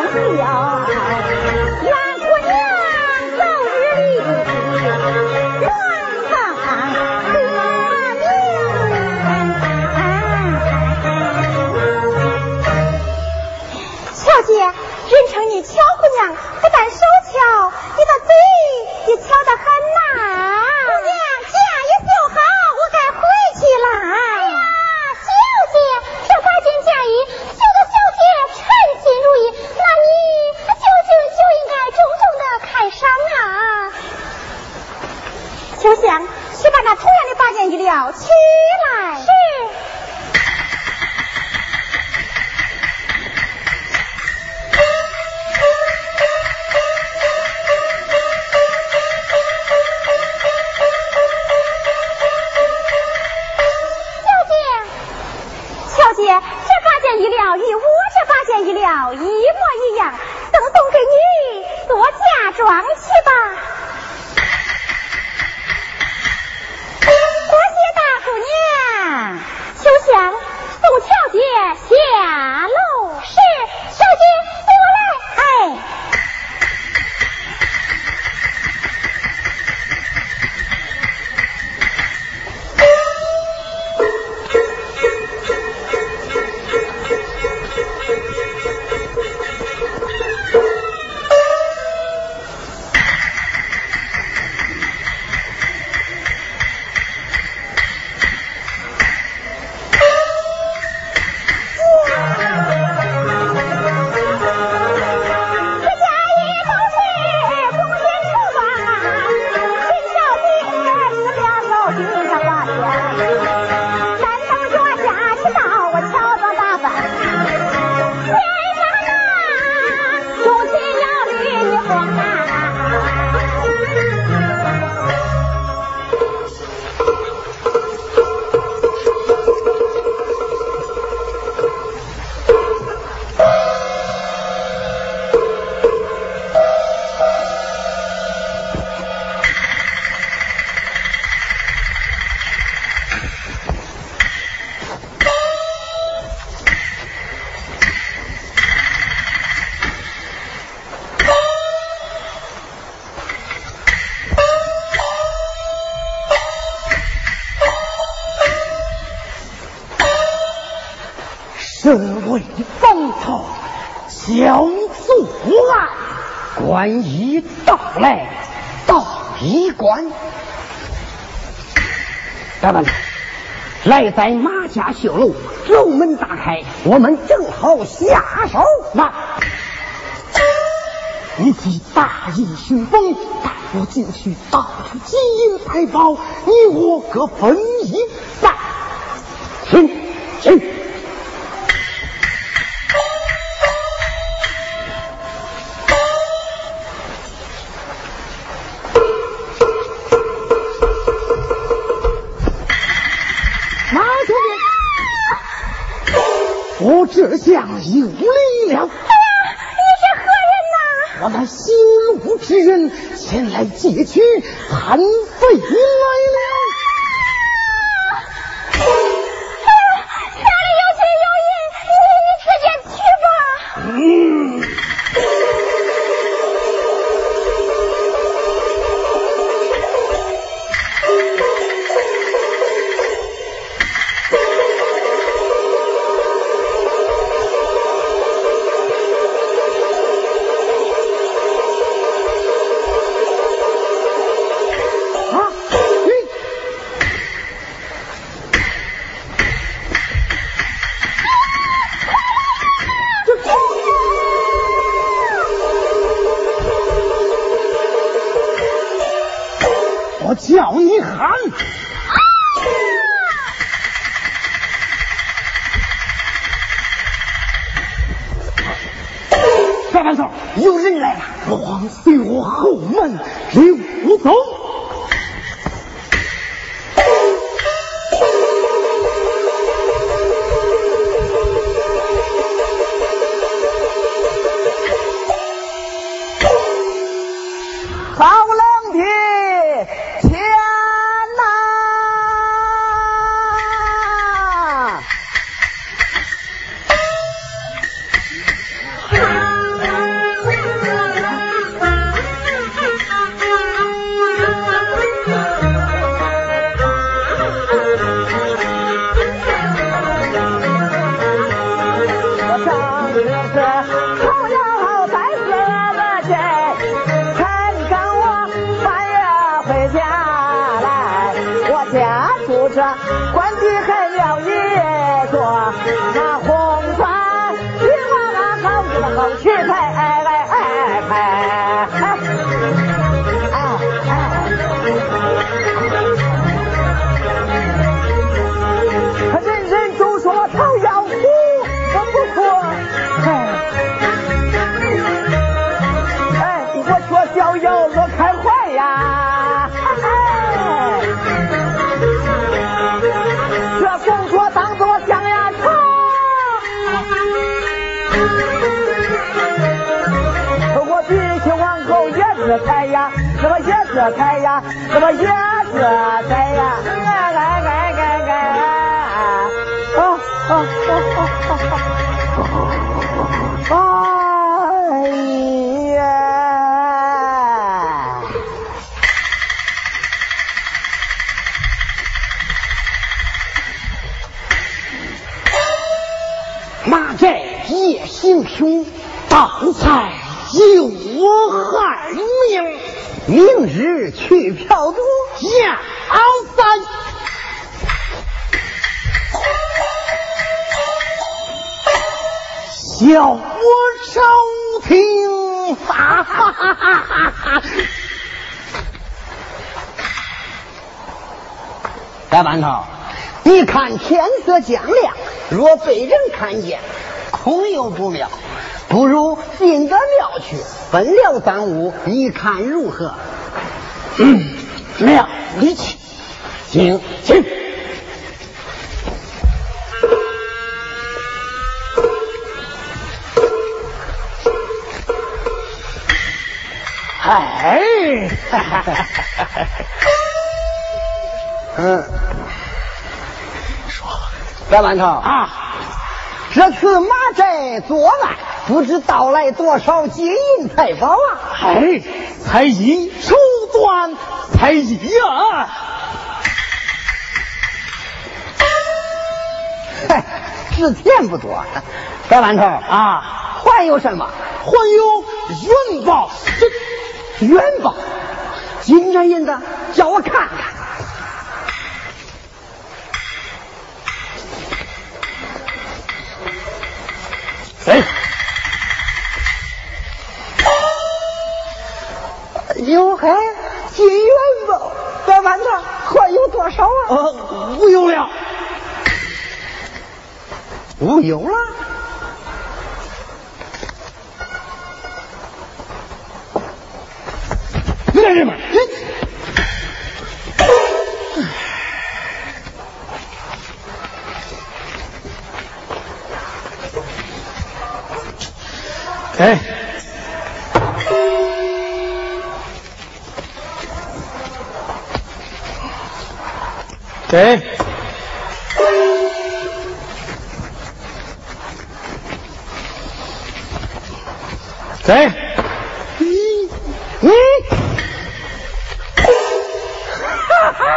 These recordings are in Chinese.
身为方头，小卒来，官已到来，到一关。大班长，来在马家绣楼，楼门打开，我们正好下手。来，你既大义寻风，带我进去到处金银财宝，你我各分一半。去。我这下有理了。 哎呀，你是何人呐？ 我乃行路之人，前来劫取残废来了。 家里有钱有银，你直接去吧。 我叫你喊！大班头，有人来了，不妨随我后门溜走。 好冷的天哪！ 是头要30个钱，才跟我3月回家来。我家住这关帝海庙一座，那红船比我好这个好去开。人人都说头要虎，我不错。我说小腰子开怀呀，这工作当作象牙塔，我必须往后也是开呀，什么也是开呀，什么也是开呀， 马寨叶行凶，盗财有害命，明日去嫖赌要3。小我收听，哈哈哈哈哈！大馒头，你看天色将亮，若被人看见，恐有不妙，不如进得庙去，分了赃物，你看如何？庙里去，请。说，白馒头啊，这次马寨作案，不知盗来多少金银财宝啊！才艺手段，才艺啊！值钱不多，白馒头啊，还有什么？还有元宝。元宝，金着银的，叫我看看。有还金元宝，白馒头还有多少啊？无有了，无有了。干什么？给。哈哈！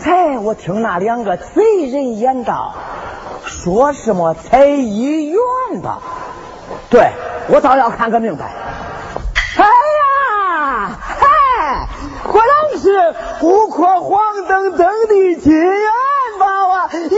才我听那两个贼人言道，说什么才医院的，对我倒要看个明白。哎呀，嗨，果然是五颗黄澄澄的金元宝啊！咦，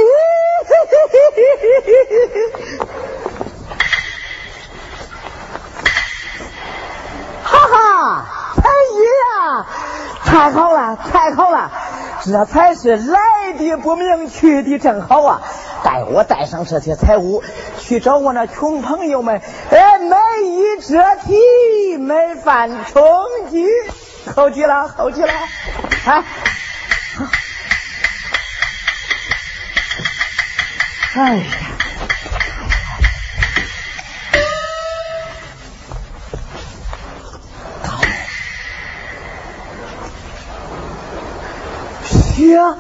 哈哈，才医啊！太好了，太好了，这才是来的不明，去的正好啊！带我带上这些财物去找我那穷朋友们，买一折蹄，买饭充饥，好极了，好极了！哎呀！行，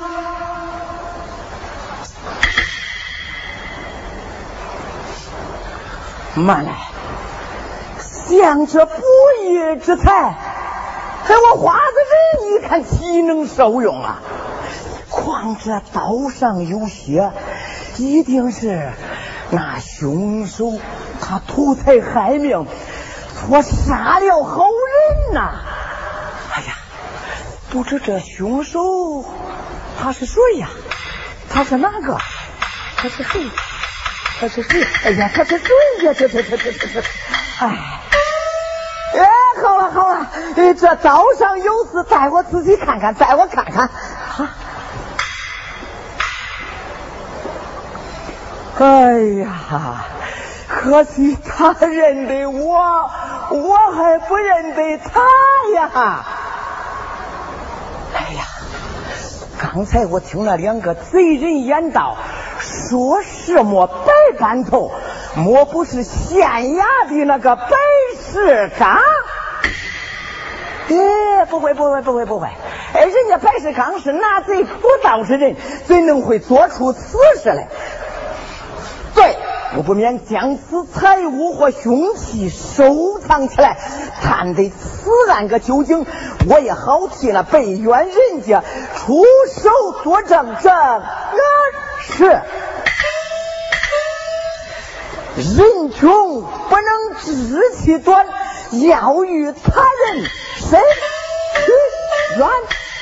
慢来，想这不义之财，我花子人一看岂能受用啊？况这刀上有血，一定是那凶手他图财害命，我杀了好人呐！哎呀，不知这凶手他是谁呀？他是哪个？他是谁？他是谁？哎呀，他是谁呀？这，哎，好了好了，这刀上有字，带我仔细看看，带我看看。哎呀，可惜他认得我，我还不认得他呀！哎呀，刚才我听那两个贼人言道，说什么白板头，莫不是县衙的那个白世刚？不会，人家白世刚是拿贼不当之人，怎能会做出此事来？对，我不免将此财物或凶器收藏起来，探得此案个究竟，我也好替那被冤人家出手作证。是人穷不能志气短，要与他人伸屈冤。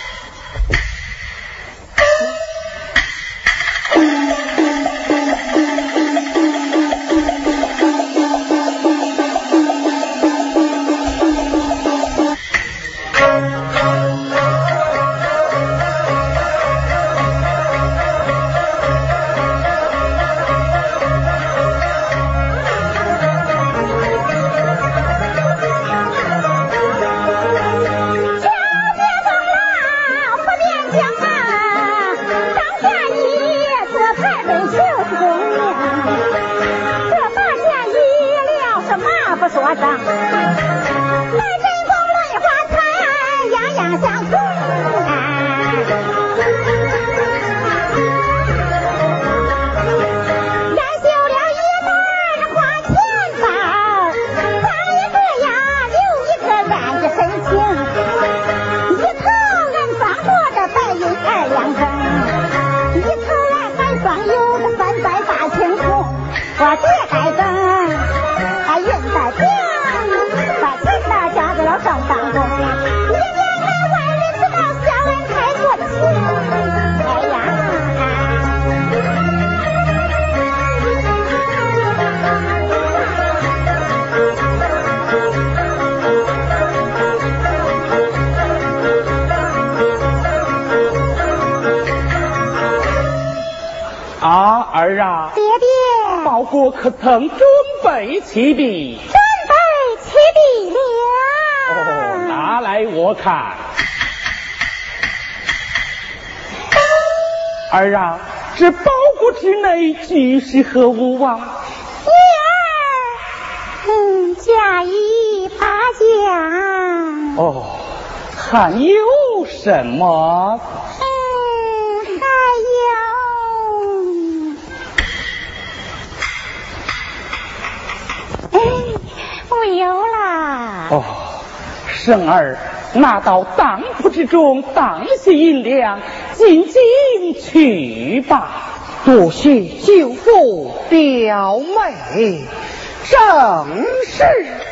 儿啊， 爹爹， 包裹可曾准备齐毕？ 准备齐毕了。 拿来我看。儿啊，这包裹之内俱是何物啊？ 女儿，嫁衣八将。 还有什么？ 没有啦。 婶儿，拿到当铺之中当些银两， 进京去吧。 多谢舅父表妹，正是。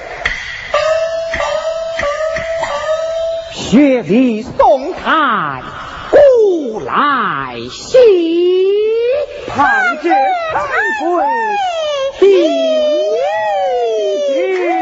雪里送炭，古来稀，盼着长贵第一句。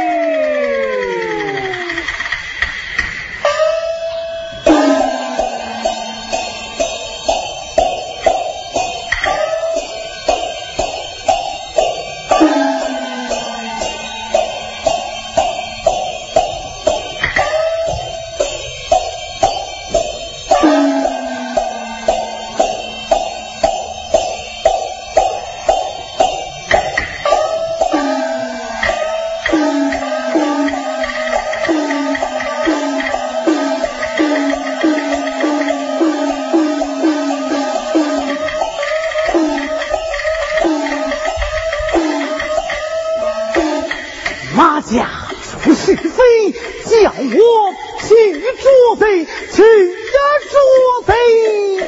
马家出是非，叫我去捉贼，去捉贼。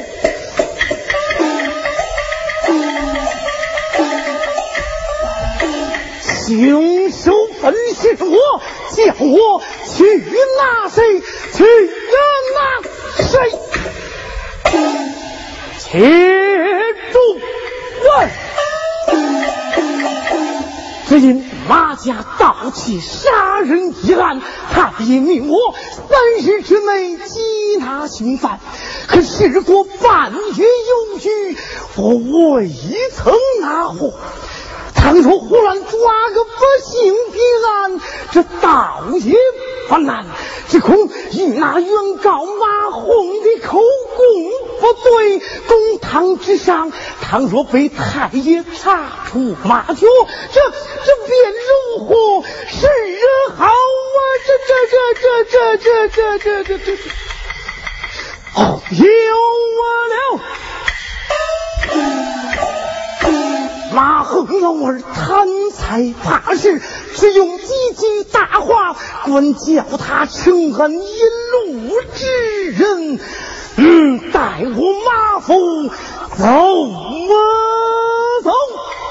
凶手本是我，叫我去拿谁，去拿谁。且住问。只因马家盗窃杀人一案，他也命我3日之内缉拿凶犯。可事过半月有余，我未曾拿获。倘若忽然抓个不幸平安，这倒也不难。只恐与那原告马红的口供不对，公堂之上，倘若被太爷查出马脚，这便如何是好啊？这哦，有我了。马横老儿贪财怕事，只用几句大话，管教他承恩引路之人。带我马府走走。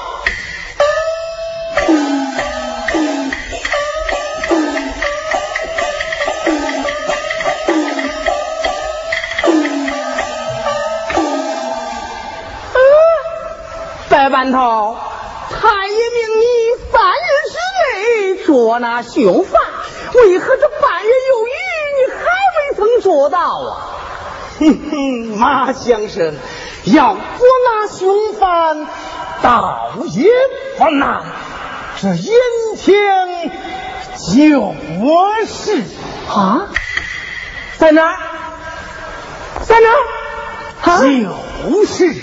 白班头，太爷命你3日之内捉拿凶犯，为何这半月有余你还未曾捉到啊？ 马先生，要捉拿凶犯倒也不难，这眼前就是啊，在哪儿？在哪儿？ 就是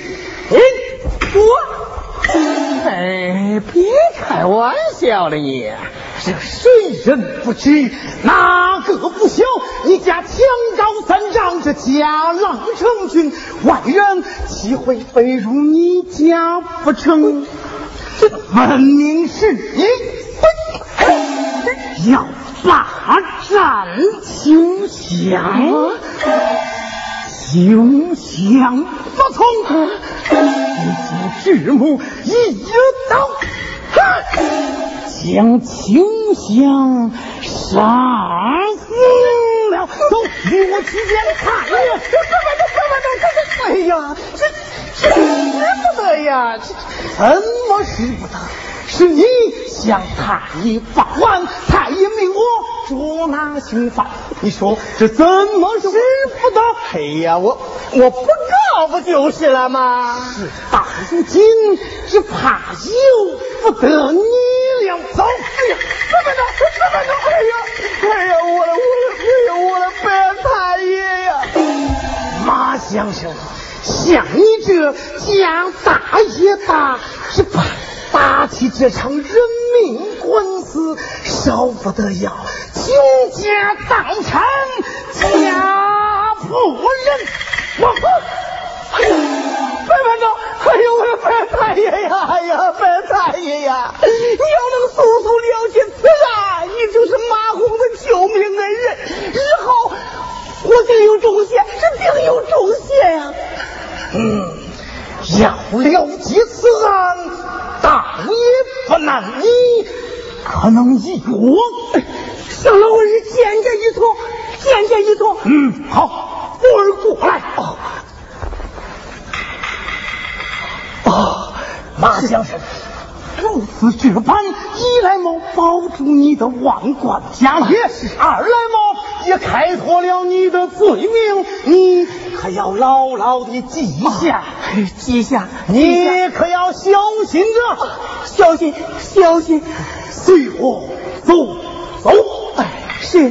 别开玩笑了你， 这谁人不知，哪个不晓？你家墙高3丈，这家郎成群，外人岂会飞入你家不成？这分明是你要霸占秋香。休想不从！你将智母一刀，将秋香杀死了。走，与我去见太爷。哎呀，这使不得呀！怎么使不得？是你向太爷报案，太爷命我捉拿凶犯。你说这怎么使不得？ 哎呀，我不告不就是了吗？ 事到如今，只怕由不得你了。走！哎呀， 我的白太爷呀！ 马先生，像你这家大业大，只怕打起这场人命官司，少不得要倾家荡产，家破人亡。 白班长，我的白太爷呀，白太爷呀！你要能速速了解此案，你就是马红的救命恩人，日后我定有重谢，这定有重谢呀！ 要了解此案，大也不难，你可能一我小老儿是见见一错，见见一错。 好，我儿过来。马先生，如此这般，一来嘛保住你的万贯家业，二来嘛也开脱了你的罪名，你可要牢牢的记下， 记下， 你可要小心着， 小心，小心， 随我走走。 是。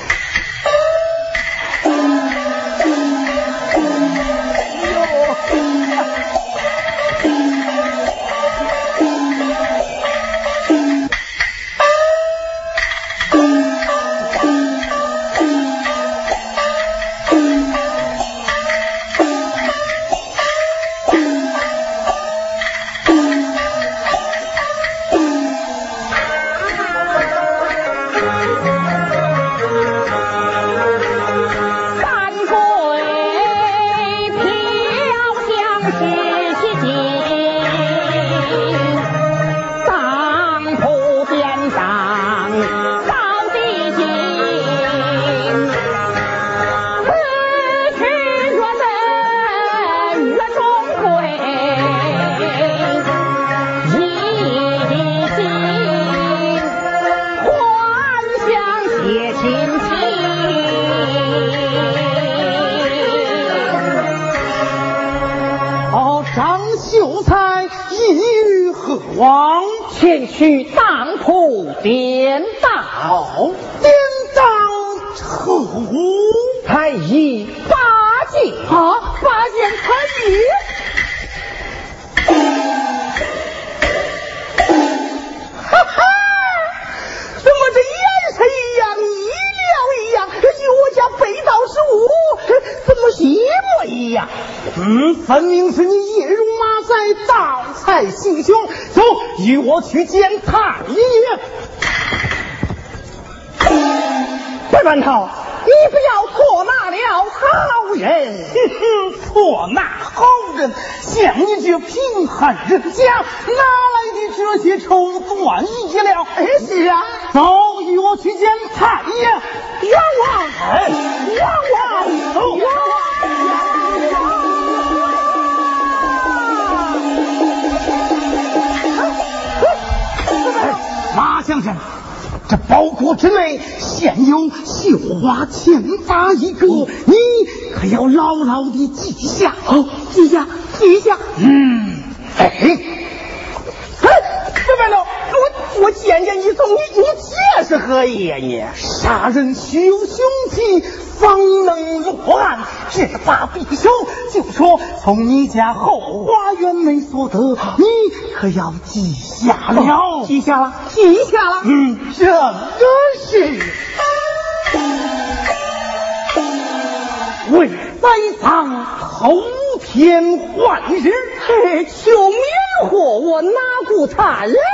往前去当铺典当， 典当特务才艺8件啊，8件才艺。 哈哈，怎么这颜色一样，衣料一样，与我家背道是物，怎么一模一样？分明是你夜容马在，盗财行凶。走，与我去见太爷。白半套，你不要错拿了好人。错拿好人，像你这贫寒人家，哪来的这些绸缎衣料？是啊，走，与我去见太爷。冤枉！冤枉！走！冤枉！马先生，这包裹之内现有绣花钱札一个，你可要牢牢的记下。 记下，记下。 这边了，我见见一从，你这是何意呀？你杀人须有凶器，方能落案。这把匕首就说从你家后花园内所得，你可要记下了。 记下了，记下了。 这个是为栽赃后天换日， 求免祸我哪顾他人？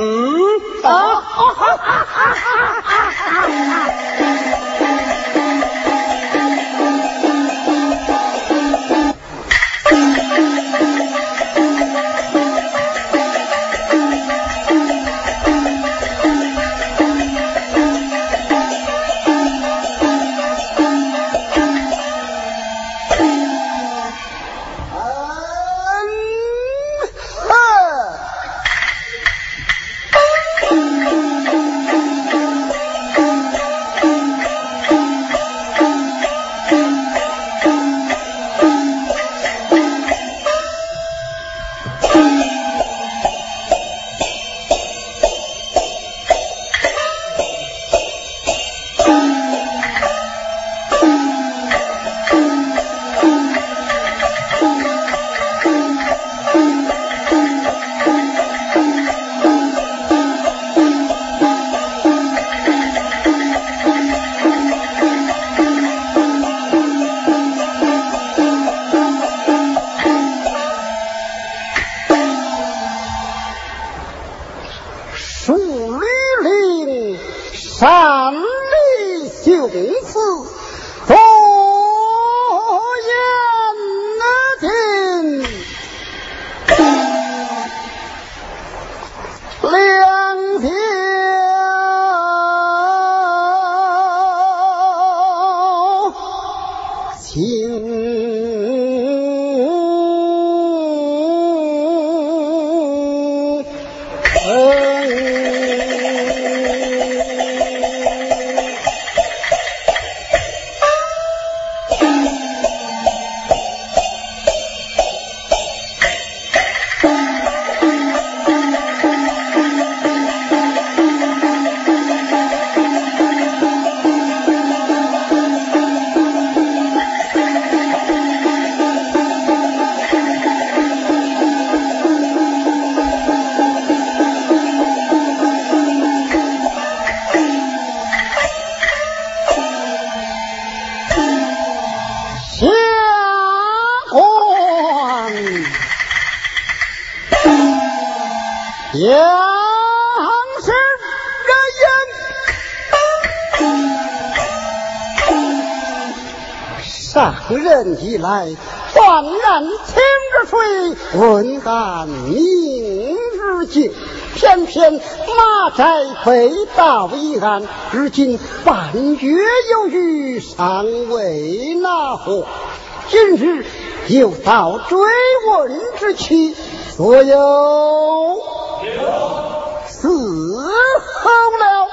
山里雄雌，左眼听上任以来，断然清日水，问案明日尽。偏偏马寨被盗一案，如今半月有余，尚未拿获。今日又到追问之期，所有伺候了。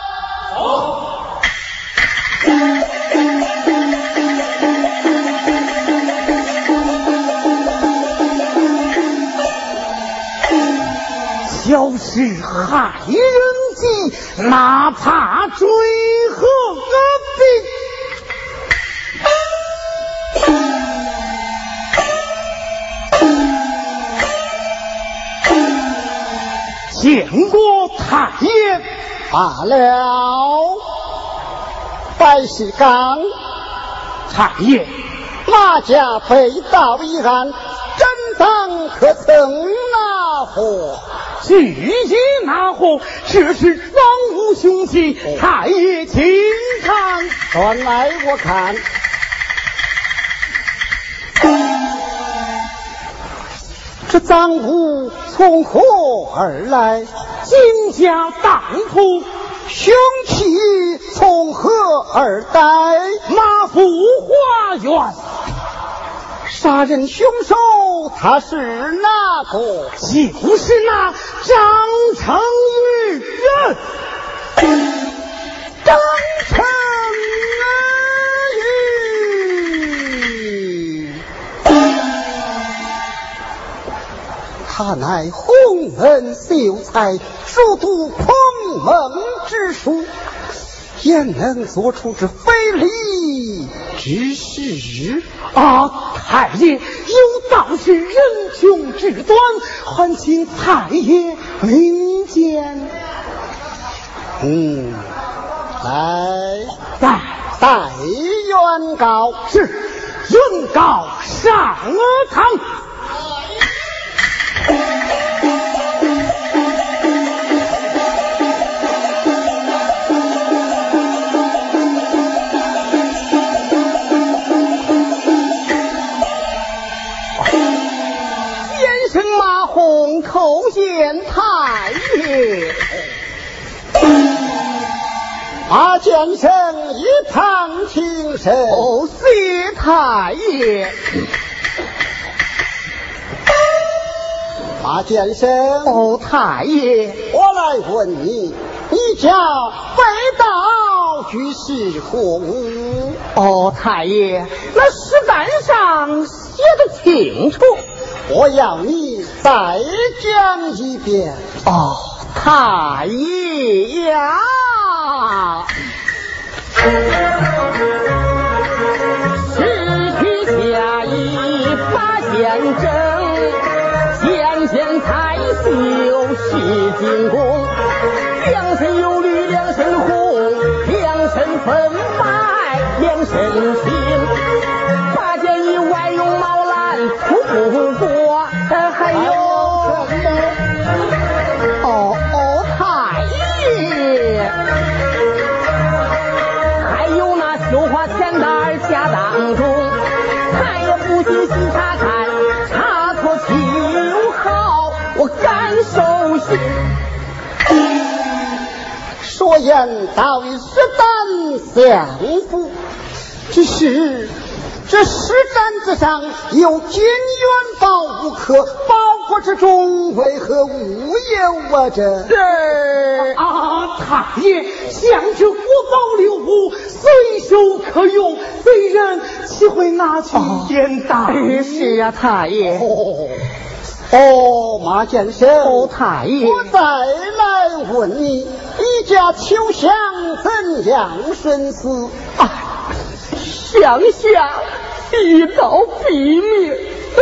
小事害人计，哪怕追何必？见过太爷。 罢了，白石刚太爷， 马家被盗一案，真当可曾拿获？ 具体拿获，这是赃物凶器，太爷请看。 传来我看。这赃物从何而来？ 金家当铺。 凶器从何而来？ 马府花园。 杀人凶手他是哪个？ 就是那张成宇人。 张成宇，他乃洪门秀才，熟读孔孟之术，焉能做出这非礼之事？ 太爷有道是人穷志短，还请太爷明鉴。 来原告。 是，原告上堂。 叩见太爷。马先生一旁请神。谢太爷。马先生。太爷。我来问你，你家被盗居是何物？ 太爷，那石板上写得清楚。 我要你再讲一遍。 太爷呀！尸体下衣发现证，见太秀是进宫，两身有绿两身红，两身分白两身青，发现以外用毛蓝出不过，还有太爷，还有那绣花钱袋夹当中，太爷不细细查看，查错就好，我敢受刑。 说言道与石胆相符，只是这石胆子上有金元宝5颗，宝府之中为何无有啊？这太爷，像这国宝六物，随手可用，贼人岂会拿去严打？ 是啊，太爷。 马先生， 太爷， 我再来问你，你家秋香怎样身死？ 想一刀毙命。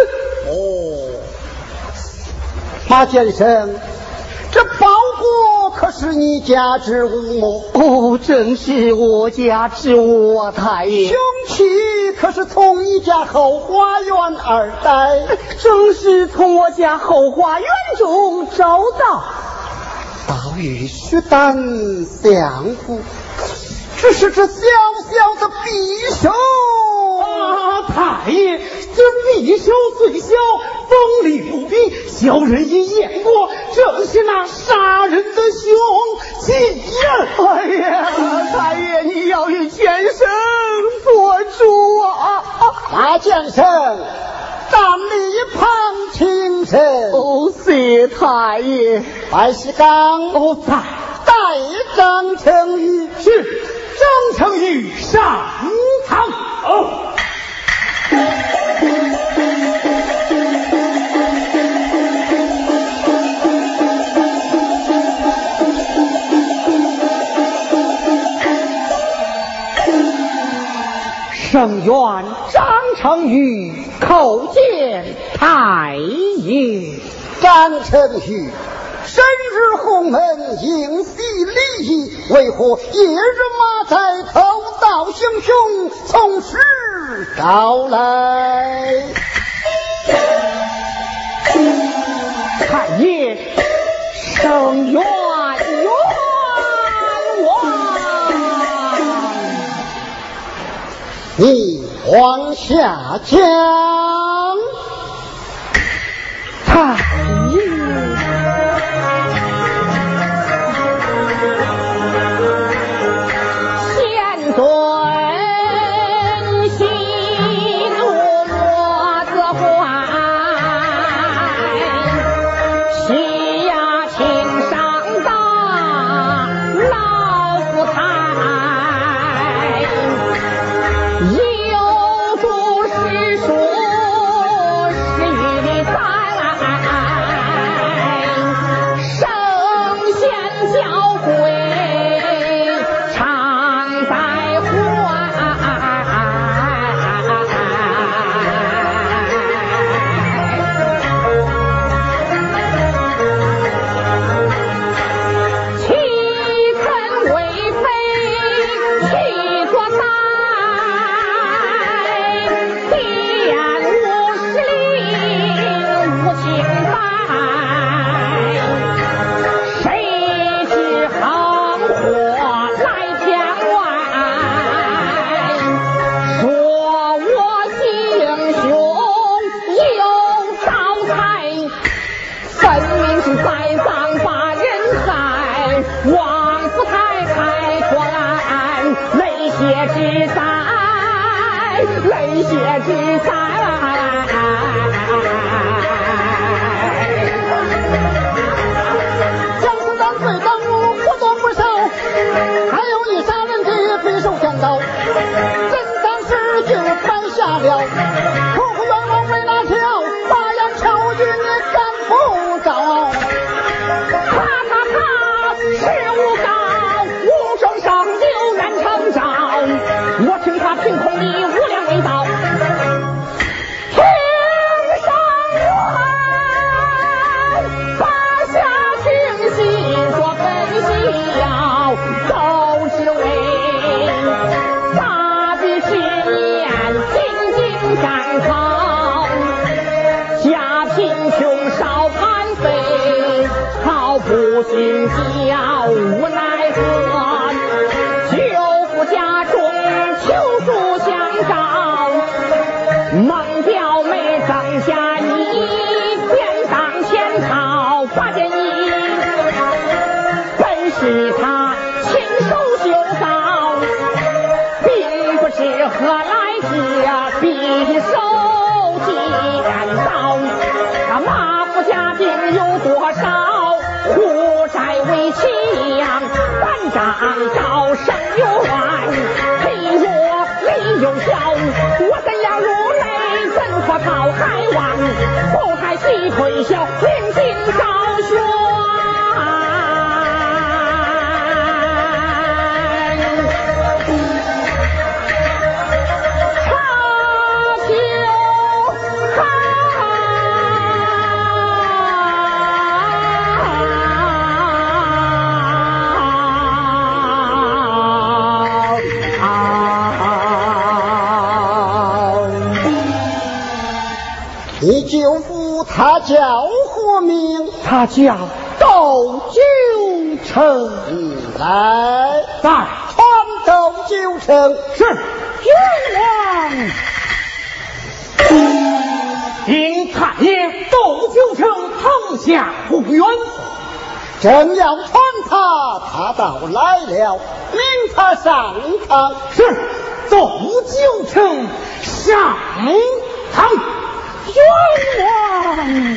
马先生，这包裹可是你家之物么？ 正是我家之物啊，太爷。 凶器可是从你家后花园而来？ 正是从我家后花园中找到。 宝玉须胆相负，只是这小小的匕首。 太爷，这匕首虽小，锋利不比，小人已验过，正是那杀人的凶器呀！ 太爷，你要与先生做主啊！ 马先生，站立一旁听审。 谢太爷。 白石刚， 在。 带张成宇。 是，张成宇上堂。 圣愿张成宇叩见太爷。 张成宇，生日鸿门，应系礼仪，为何夜日马在偷盗行凶，从实招来？ 太爷，圣愿冤枉。 你往下讲。 太爷，贤尊息怒莫自怀，喜呀请上当老夫台，有主实说是与你在圣贤教诲常在怀。岂肯为非去作歹，玷污时令无情在，谁知横祸来天外，说我行凶有招财，分明是栽赃把人害，王府太太破案，雷血之灾，雷血之灾。 蒋司长罪当如不多不少，还有一杀人的匕首相告，真当时就摆下了，可不冤枉为哪条，把杨超与你敢不招？ 是诬告，无中生有难成招，我听他凭空以无良为道，庭上人把下清晰，说本戏要奏之为大笔之言，紧紧赶考，家贫穷少攀飞，好不尽孝无奈何，舅父家中求助相告，孟表妹增加一便当潜逃8件衣，本是他亲手修造，并不知何来之匕首见刀，他马府家多少，苦债为强，反掌招生冤，陪我泪又笑，我怎样如雷，怎可讨海王？后台西推销，临近高悬。 你舅父他叫何名？ 他叫窦九成。 来， 在传窦九成。 是。冤枉！因太爷窦九成疼下不冤， 正要传他，他倒来了，命他上堂。 是。窦九成上堂。冤枉！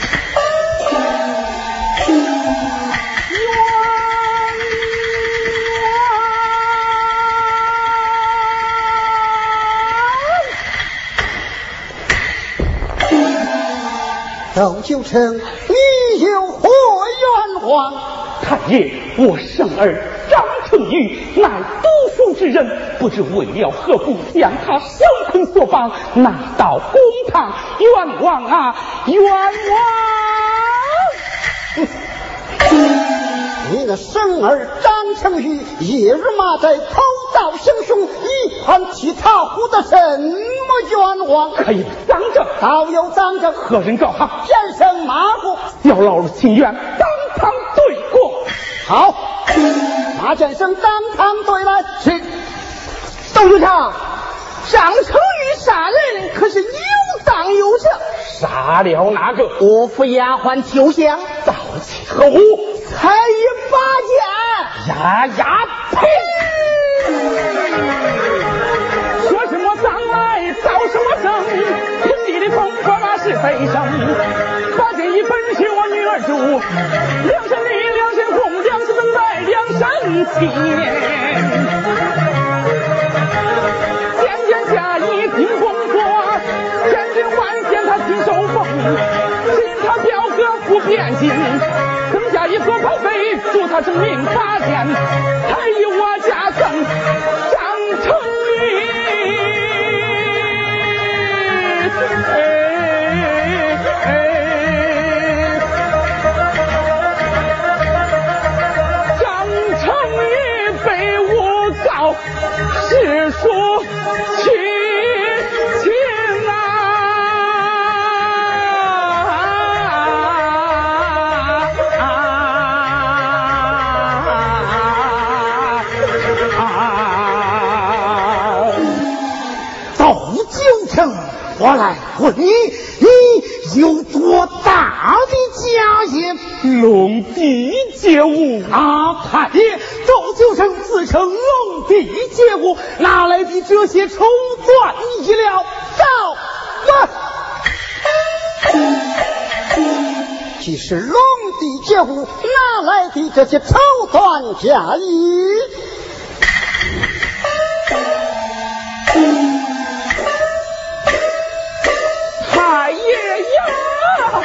窦九成，你有何冤枉？ 太爷，我生儿张成宇乃读书之人，不知为了何故将他小捆索绑，拿到公堂，冤枉啊，冤枉！ 你那生儿张成宇夜日马在偷盗行凶，一盘其他胡的什么冤枉？ 可以当着， 倒有当着， 何人告他？ 偏生马虎， 小老儿情愿当堂对过。 好，马先生当堂对来。 是。 窦局长，张成宇杀人可是有当有责。 杀了哪个？ 我府丫鬟秋香。 盗窃何物？ 才艺拔剑。 呀呀呸！说什么脏来造什么声，平地的风波把是非声。拔剑一本是我女儿主，两身绿两身红，两身等待两身青。渐渐下一听工作，千军万险他听受封，因他表哥不变心，增加一个跑飞，助他成名拔剑，还有我家僧张成宇。张成宇被诬告，实属屈情啊！ 窦九成，我来问你，你有多大的家业？ 龙地借物啊，太爷，窦九成自称龙地借物，哪来的这些绸缎衣料？到既是龙地借物，哪来的这些绸缎嫁衣？ 太爷呀！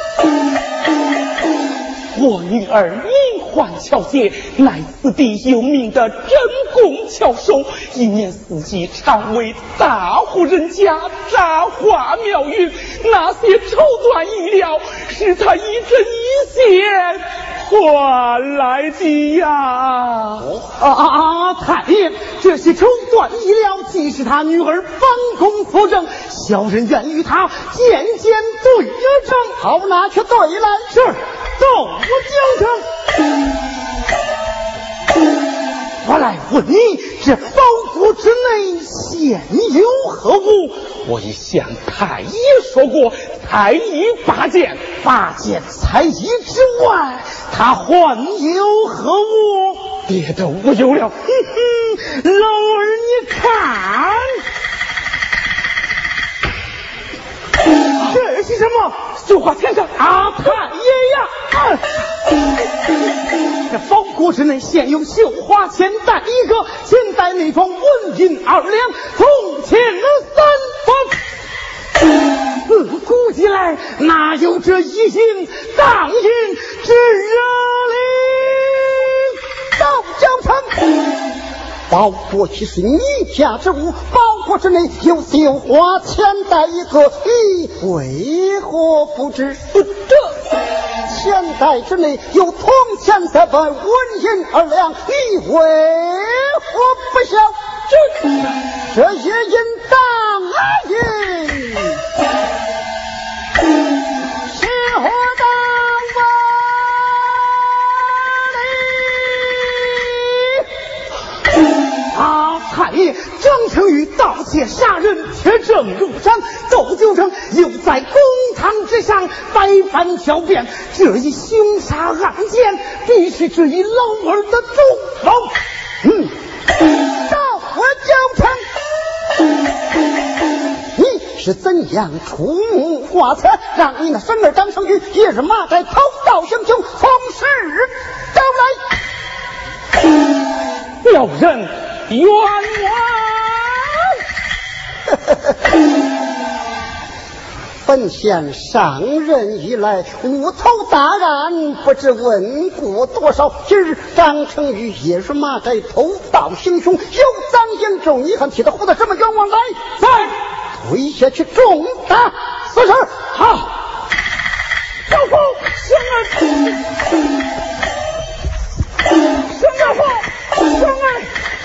我女儿名唤巧姐，乃此地有名的真工巧手，一年四季常为大户人家扎花描云，那些绸缎衣料是她一针一线换来的呀！ 太爷，这些绸缎衣料既是他女儿反攻扶正，小人愿与他渐渐对证。好，拿去对来。是，窦九成。我来问你，这宝库之内现有何物？ 我已向太爷说过，太医拔剑才艺之外，他还有何物？ 别的无有了。 老儿你看， 这是什么？绣花天上阿太爷呀！这宝库之内现有绣花钱袋1个，钱袋内装纹银2两，铜钱3分。自古以来，哪有这一银当银之人？到江城。宝锅岂是你家之物？宝锅之内有绣花钱袋1个，你为何不知？这钱袋之内有铜钱3分，纹银2两，你为何不晓得？这些银当银是何当太爷张成宇盗窃杀人，铁证如山，窦九成又在公堂之上百般挑辩，这一凶杀案件必须置于老儿的重罚。到我九成，你是怎样出谋划策，让你那孙儿张成宇也是马在偷盗行凶，从实招来？有人冤枉！本县上任以来，无头大案不知问过多少。今日张成宇也是马寨偷盗行凶，有赃严重，你还替他胡的什么冤枉来？在推下去重打死事。好，小夫生儿生儿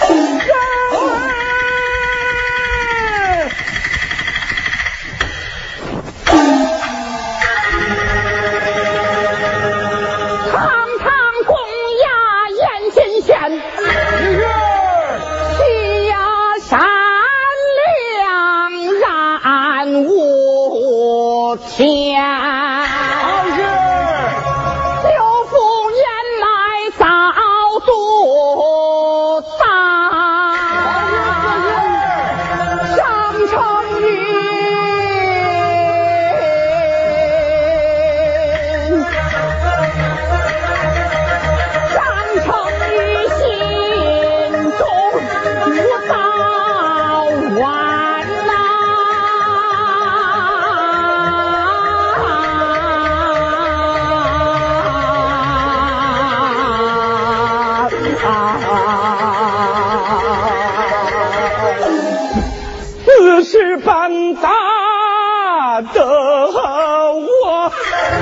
是半大的我，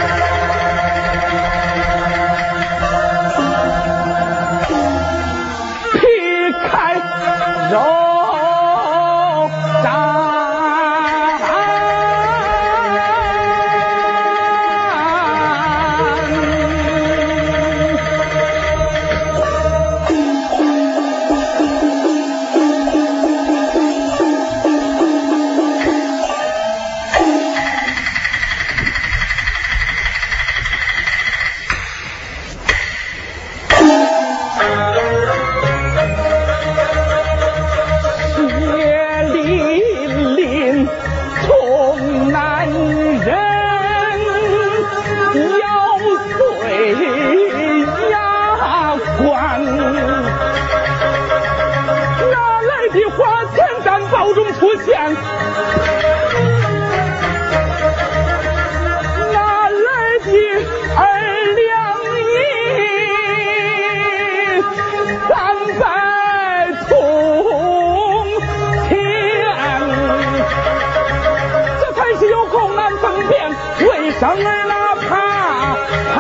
劈开肉绽。生儿哪怕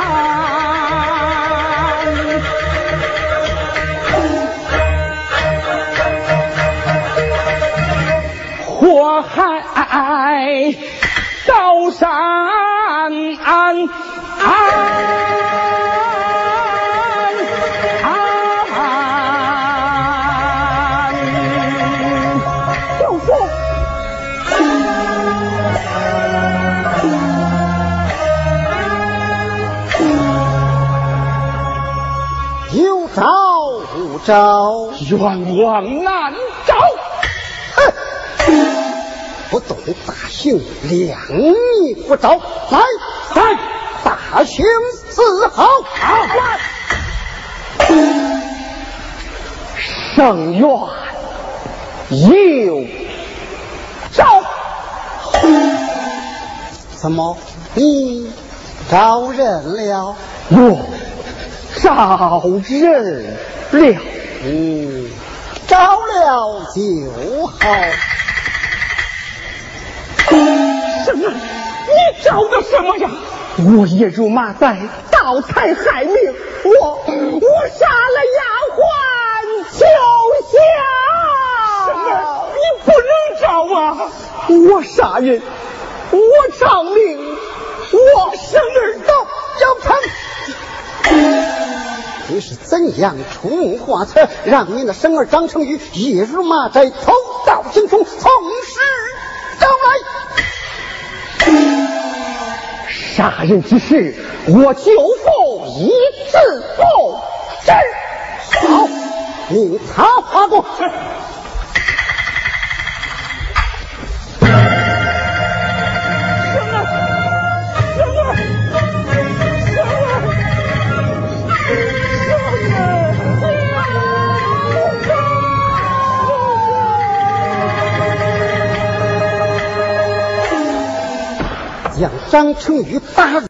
祸害刀山舅父有招无招，冤枉难招。 不动大刑，两你不招。来，大刑伺候。 圣愿有诏。 怎么你招人了？ 我招人了。 招了就好。 什么？你招的什么呀？我夜入马寨，盗财害命，我杀了丫鬟秋香。什么？你不能招啊！我杀人，我偿命，我生儿都要偿。 你是怎样出谋划策，让你的生儿张成宇夜入马寨，偷盗行凶，从实招来？ 杀人之事，我就负一字不知。 好，你插话过去。将张成宇打